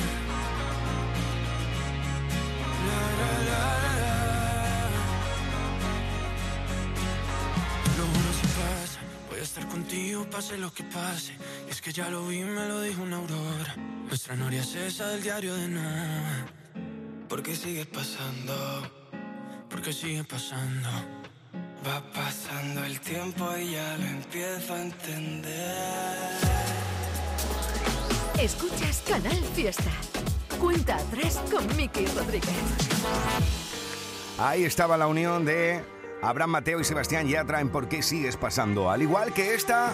La, la, la, la, la. Te lo juro si pasa, voy a estar contigo pase lo que pase. Y es que ya lo vi, me lo dijo una aurora. Nuestra noria es esa del diario de Noa. ¿Por qué sigue pasando? ¿Por qué sigue pasando? Va pasando el tiempo y ya lo empiezo a entender. Escuchas Canal Fiesta. Cuenta atrás con Miki Rodríguez. Ahí estaba la unión de Abraham Mateo y Sebastián Yatra en ¿Por qué sigues pasando? Al igual que esta,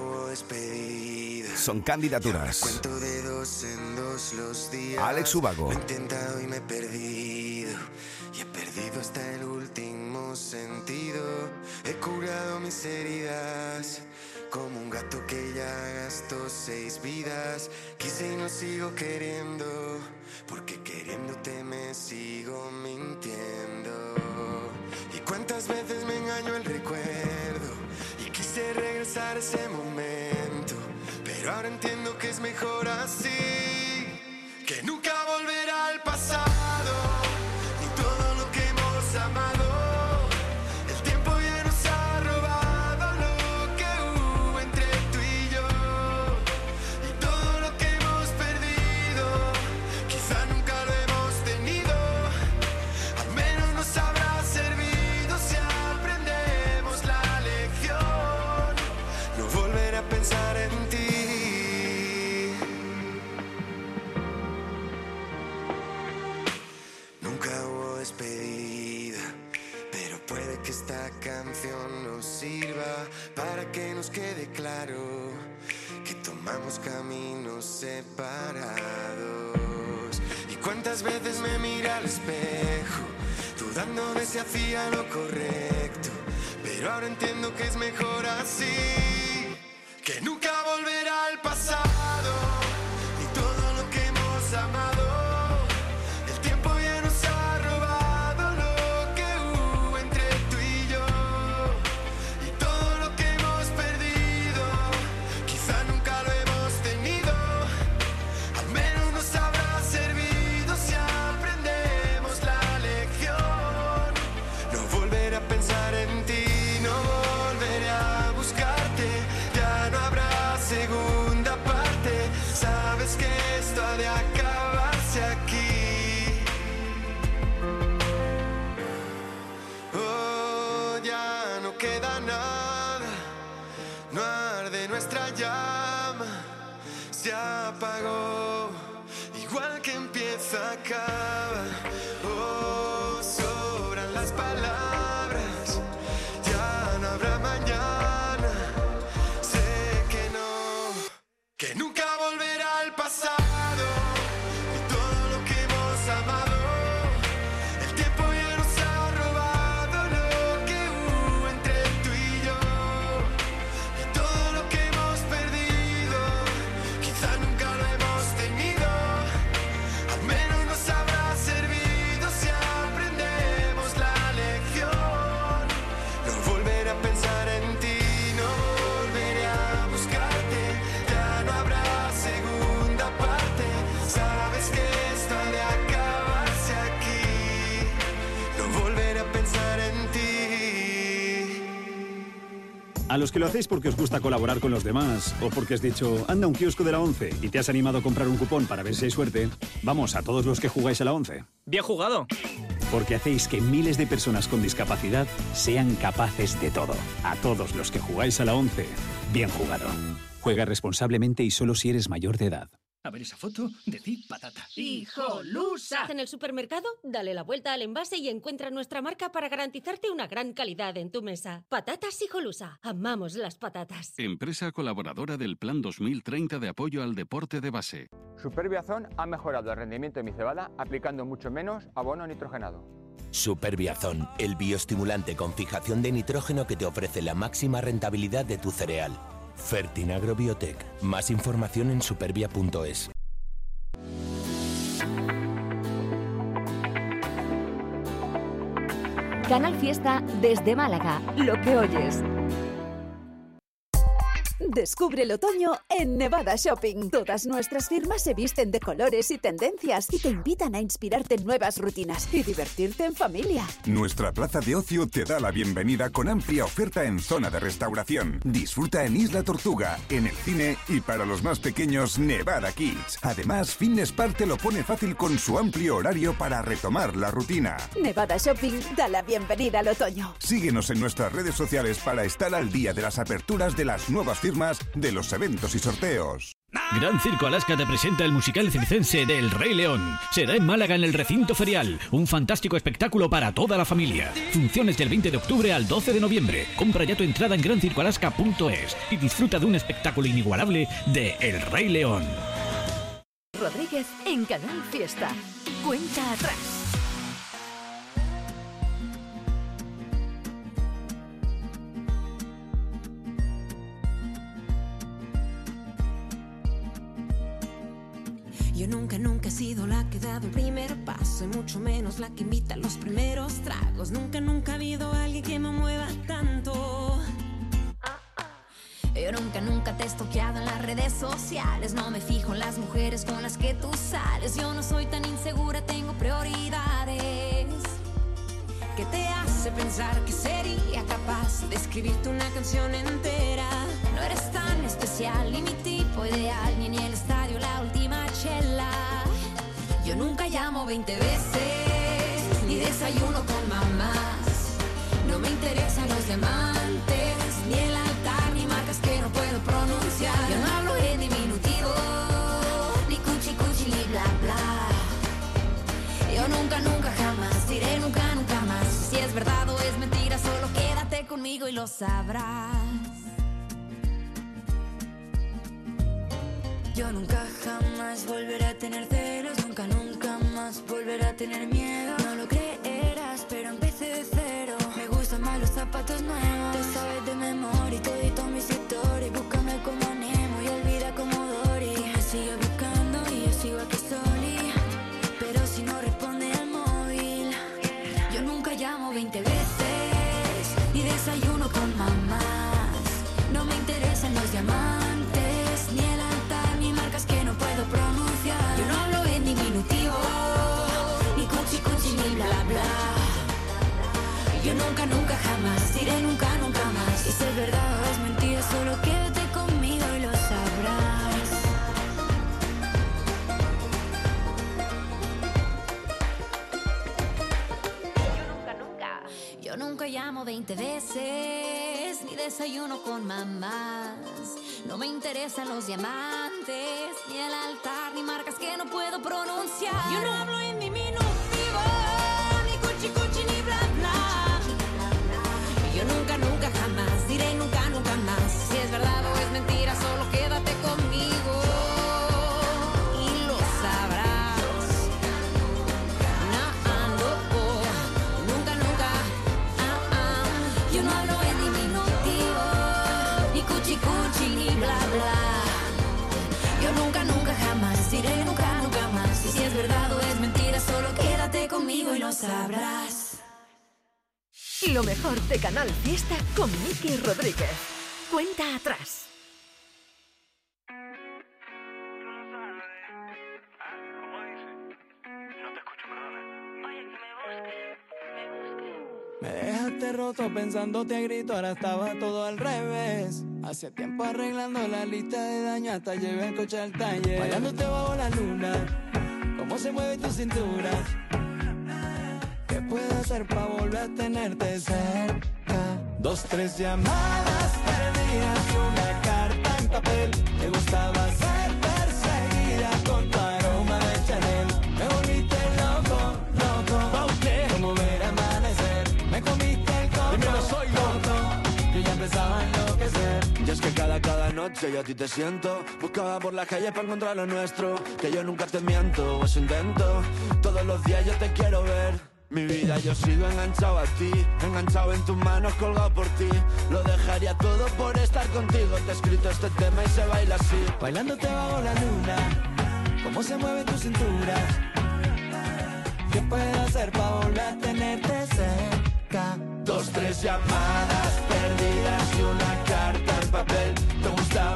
son candidaturas. Cuento de dos en dos los días. Alex Ubago. Lo he intentado y me he perdido. Y he perdido hasta el último sentido. He curado mis heridas como un gato que ya gastó seis vidas. Quise y no sigo queriendo, porque queriéndote me sigo mintiendo. Y cuántas veces me engañó el recuerdo y quise regresar a ese momento, pero ahora entiendo que es mejor así, que nunca volverá al pasado. Amado, el tiempo ya nos ha robado lo que hubo entre tú y yo, y todo lo que hemos perdido, quizá nunca lo hemos tenido. Al menos nos habrá servido si aprendemos la lección, no volver a pensar en ti. Nunca hubo despedida, puede que esta canción nos sirva para que nos quede claro que tomamos caminos separados. Y cuántas veces me mira al espejo, dudando de si hacía lo correcto, pero ahora entiendo que es mejor así, que nunca volverá al pasado, ni todo lo que hemos amado. Apagó, igual que empieza, acaba. Oh, sobran las palabras, ya no habrá mañana. Sé que no, que nunca volverá al pasado, y todo lo que hemos amado. El tiempo ya nos ha robado lo que hubo entre tú y yo, y todo lo que hemos perdido, quizá nunca lo hemos tenido. Al menos nos habrá servido si aprendemos la lección. No volveré a pensar en ti, no volveré a buscarte. Ya no habrá segunda parte. Sabes que esto ha de acabarse aquí. No volveré a pensar en ti. A los que lo hacéis porque os gusta colaborar con los demás o porque has dicho, anda un kiosco de la once y te has animado a comprar un cupón para ver si hay suerte, vamos, a todos los que jugáis a la once. Bien jugado. Porque hacéis que miles de personas con discapacidad sean capaces de todo. A todos los que jugáis a la once, bien jugado. Juega responsablemente y solo si eres mayor de edad. A ver esa foto, decid patata. ¡Hijolusa! En el supermercado, dale la vuelta al envase y encuentra nuestra marca para garantizarte una gran calidad en tu mesa. Patatas Hijolusa. Amamos las patatas. Empresa colaboradora del Plan dos mil treinta de apoyo al deporte de base. Superbiazón ha mejorado el rendimiento de mi cebada aplicando mucho menos abono nitrogenado. Superbiazón, el bioestimulante con fijación de nitrógeno que te ofrece la máxima rentabilidad de tu cereal. Fertinagro Biotech. Más información en superbia punto es. Canal Fiesta desde Málaga. Lo que oyes. Descubre el otoño en Nevada Shopping. Todas nuestras firmas se visten de colores y tendencias y te invitan a inspirarte en nuevas rutinas y divertirte en familia. Nuestra plaza de ocio te da la bienvenida con amplia oferta en zona de restauración. Disfruta en Isla Tortuga, en el cine y para los más pequeños Nevada Kids. Además, Fitness Park te lo pone fácil con su amplio horario para retomar la rutina. Nevada Shopping da la bienvenida al otoño. Síguenos en nuestras redes sociales para estar al día de las aperturas de las nuevas firmas de los eventos y sorteos. Gran Circo Alaska te presenta el musical circense del Rey León. Será en Málaga en el recinto ferial. Un fantástico espectáculo para toda la familia. Funciones del veinte de octubre al doce de noviembre. Compra ya tu entrada en gran circo alaska punto es y disfruta de un espectáculo inigualable de El Rey León. Rodríguez en Canal Fiesta. Cuenta atrás. Yo nunca, nunca he sido la que ha dado el primer paso y mucho menos la que invita a los primeros tragos. Nunca, nunca ha habido alguien que me mueva tanto. Yo nunca, nunca te he estoqueado en las redes sociales. No me fijo en las mujeres con las que tú sales. Yo no soy tan insegura, tengo prioridades. ¿Qué te hace pensar que sería capaz de escribirte una canción entera? No eres tan especial, ni mi tipo ideal, ni en el estadio la última chela. Yo nunca llamo veinte veces, ni desayuno con mamás. No me interesan los diamantes, ni el altar, ni marcas que no puedo pronunciar. Yo no hablo en diminutivo, ni cuchi cuchi, ni bla bla. Yo nunca, nunca, jamás diré nunca, nunca más. Si es verdad o es mentira, solo quédate conmigo y lo sabrás. Yo nunca jamás volveré a tener celos, nunca, nunca más volveré a tener miedo. No lo creerás, pero empecé de cero. Me gustan más los zapatos nuevos. Te sabes de memoria y todito mis historias. Búscame como Nemo y olvida como Dory. Tú me sigues buscando y yo sigo aquí soli. Pero si no responde al móvil, yo nunca llamo veinte veces, ni desayuno con mamás. No me interesan los diamantes, ni el altar, ni marcas que no puedo pronunciar. Yo no hablo en diminutivo, ni cuchi cuchi, ni bla bla. Yo nunca, nunca, jamás diré nunca, nunca más. Si es verdad o es mentira, solo quédate conmigo y lo sabrás. Yo nunca, nunca, yo nunca llamo veinte veces, ni desayuno con mamás. No me interesan los diamantes, ni el altar, ni marcas que no puedo pronunciar. Yo no hablo en diminutivo, ni cuchi cuchi, ni bla bla. Yo nunca, nunca, jamás diré nunca, nunca más. Si es verdad o es mentira, solo quédate conmigo y lo sabrás. No, no, nunca, nunca. Ah, ah. Yo no hablo en diminutivo, ni cuchi cuchi, ni bla bla. Yo nunca, nunca, jamás diré nunca, nunca más. Y si es verdad o es mentira, solo quédate conmigo y lo sabrás. Lo mejor de Canal Fiesta con Miki Rodríguez. Cuenta atrás. Me dejaste roto pensándote a grito, ahora estaba todo al revés. Hace tiempo arreglando la lista de daño, hasta llevé el coche al taller. Bailándote bajo la luna, cómo se mueve tu cintura. ¿Qué puedo hacer para volver a tenerte cerca? Dos, tres llamadas perdidas y una carta en papel. Te gustaba ser perseguida con tu aroma de Chanel. Me volviste loco, loco, Paute. Como ver amanecer, me comiste el coco. Dímelo, soy loco. Yo ya empezaba a enloquecer. Y es que cada, cada noche yo a ti te siento. Buscaba por la calle para encontrar lo nuestro. Que yo nunca te miento, eso intento. Todos los días yo te quiero ver. Mi vida yo sigo enganchado a ti, enganchado en tus manos, colgado por ti. Lo dejaría todo por estar contigo. Te he escrito este tema y se baila así. Bailándote bajo la luna, cómo se mueve tu cintura. ¿Qué puedo hacer para volver a tenerte cerca? Dos, tres llamadas perdidas y una carta en papel. Te gustaba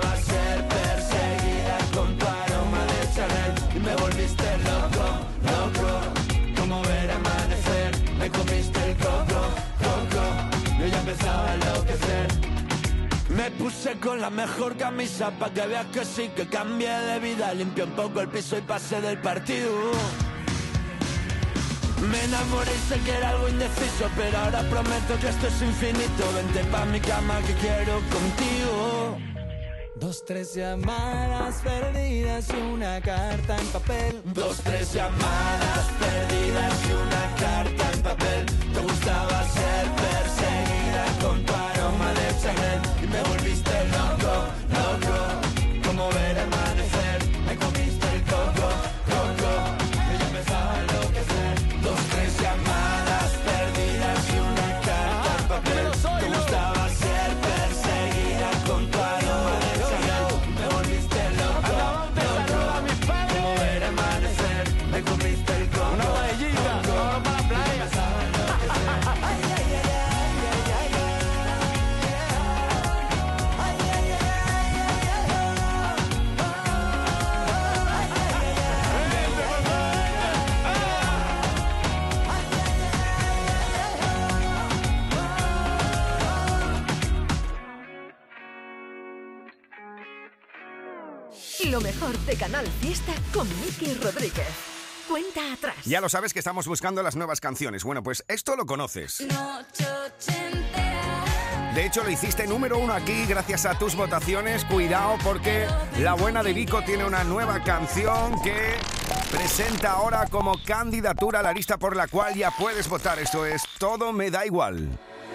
Me puse con la mejor camisa pa' que veas que sí, que cambié de vida. Limpié un poco el piso y pasé del partido. Me enamoré y sé que era algo indeciso, pero ahora prometo que esto es infinito. Vente pa' mi cama que quiero contigo. Dos, tres llamadas perdidas y una carta en papel. Dos, tres llamadas perdidas y una carta en papel. Te gustaba ser perseguida con tu aroma de Chanel y me volviste loco, loco. Como ver amanecer, me comiste el coco, coco. Y yo empezaba a enloquecer. Dos, tres llamadas perdidas y una carta en papel. Te gustaba ser perseguida con tu aroma de Chanel y me volviste loco, loco. Como ver amanecer, me comiste el coco. Una paellita, vamos para la playa. Empezaba a enloquecer. Ay, ay, ay, ay, ay, ay, ay. Lo mejor de Canal Fiesta con Miki Rodríguez. Cuenta atrás. Ya lo sabes que estamos buscando las nuevas canciones. Bueno, pues esto lo conoces. De hecho, lo hiciste número uno aquí gracias a tus votaciones. Cuidado porque La Buena de Vico tiene una nueva canción que presenta ahora como candidatura a la lista por la cual ya puedes votar. Esto es Todo me da igual.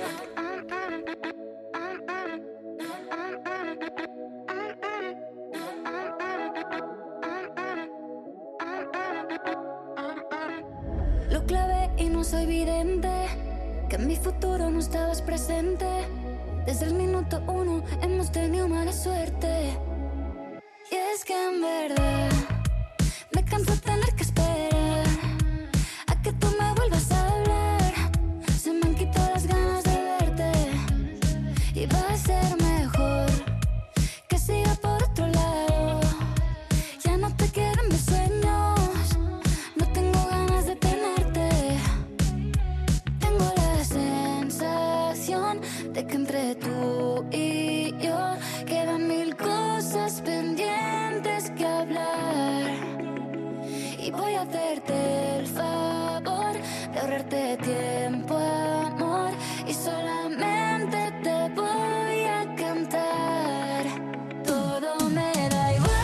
Lo clavé y no soy vidente, que en mi futuro no estabas presente. Desde el minuto uno hemos tenido mala suerte. Y es que en verdad me canso tener que esperar a que tú me vuelvas a hablar. Se me han quitado las ganas de verte y va a ser mejor que siga por otro lado. Ya no te quiero en mis sueños, no tengo ganas de tenerte. Tengo la sensación de que entre tú y yo quedan mil cosas pendientes que hablar. Y voy a hacerte el favor de ahorrarte tiempo, amor, y solamente te voy a cantar. Todo me da igual,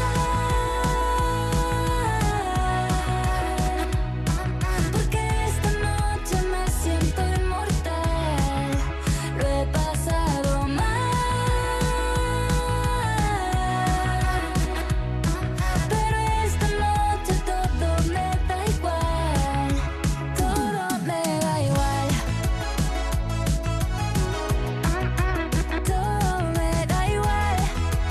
porque esta noche me siento inmortal. Lo he pasado mal, pero esta noche todo me da igual. Todo me da igual. Todo me da igual.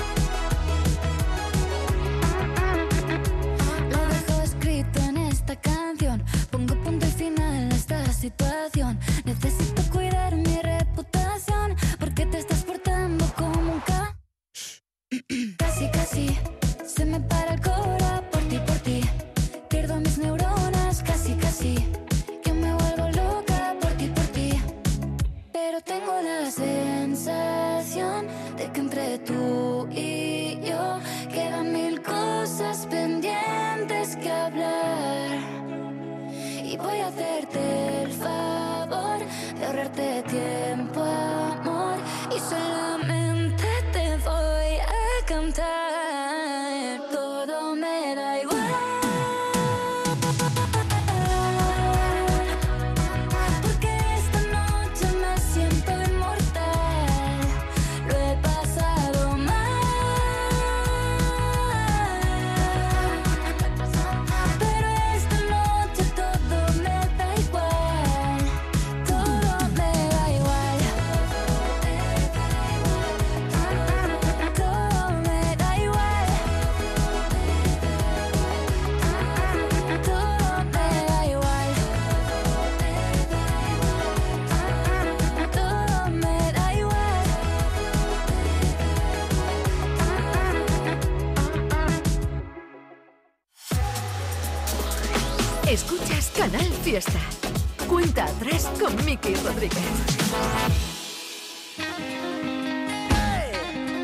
Lo dejo escrito en esta canción. Pongo punto y final a esta situación. Necesito cuidar mi reputación, porque te estás portando como un ca... Casi, casi se me para el cora por ti, por ti. Pierdo mis neuronas, casi, casi. Que me vuelvo loca por ti, por ti. Pero tengo la sensación de que entre tú y yo quedan mil cosas pendientes que hablar. Y voy a hacerte el favor de ahorrarte tiempo, amor, y solamente te voy a cantar. Todo me da igual, porque esta noche me siento inmortal. Lo he pasado mal, pero esta noche todo me da igual. Todo me da igual. Todo me da igual. Todo me da igual. Todo me da igual. Escuchas Canal Fiesta. Cuenta atrás con Miki Rodríguez.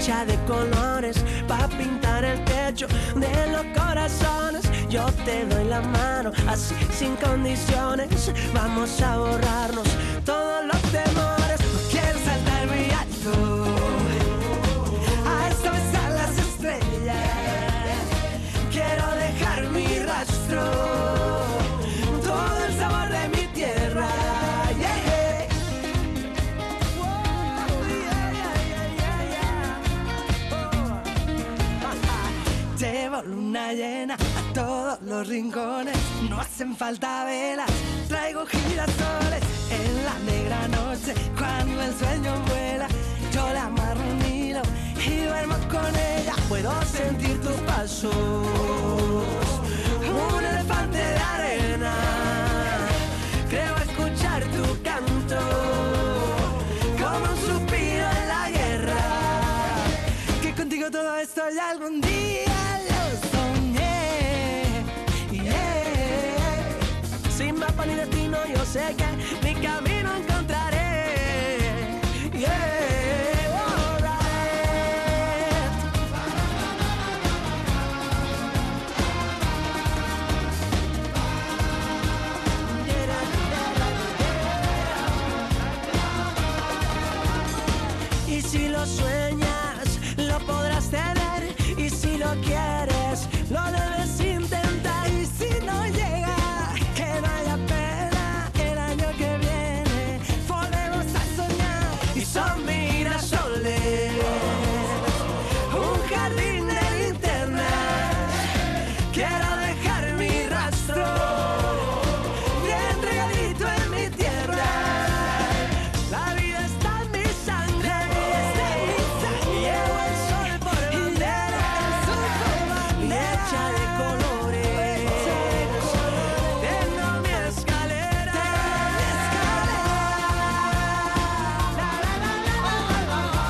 hecha de colores pa' pintar el techo de los corazones. Yo te doy la mano, así sin condiciones. Vamos a borrarnos todos los temores. No quiero saltar muy alto, a esta vez a las estrellas. Quiero dejar mi rastro, todo el sabor de mi tierra. Yeah. Oh, yeah, yeah, yeah, yeah. Oh. Llevo luna llena a todos los rincones, no hacen falta velas, traigo girasoles. En la negra noche, cuando el sueño vuela, yo la amarro un hilo y duermo con ella. Puedo sentir tus pasos, un elefante de arena. Creo escuchar tu canto, como un suspiro en la guerra. Que contigo todo esto ya algún día lo soñé. Yeah. Sin mapa ni destino, yo sé que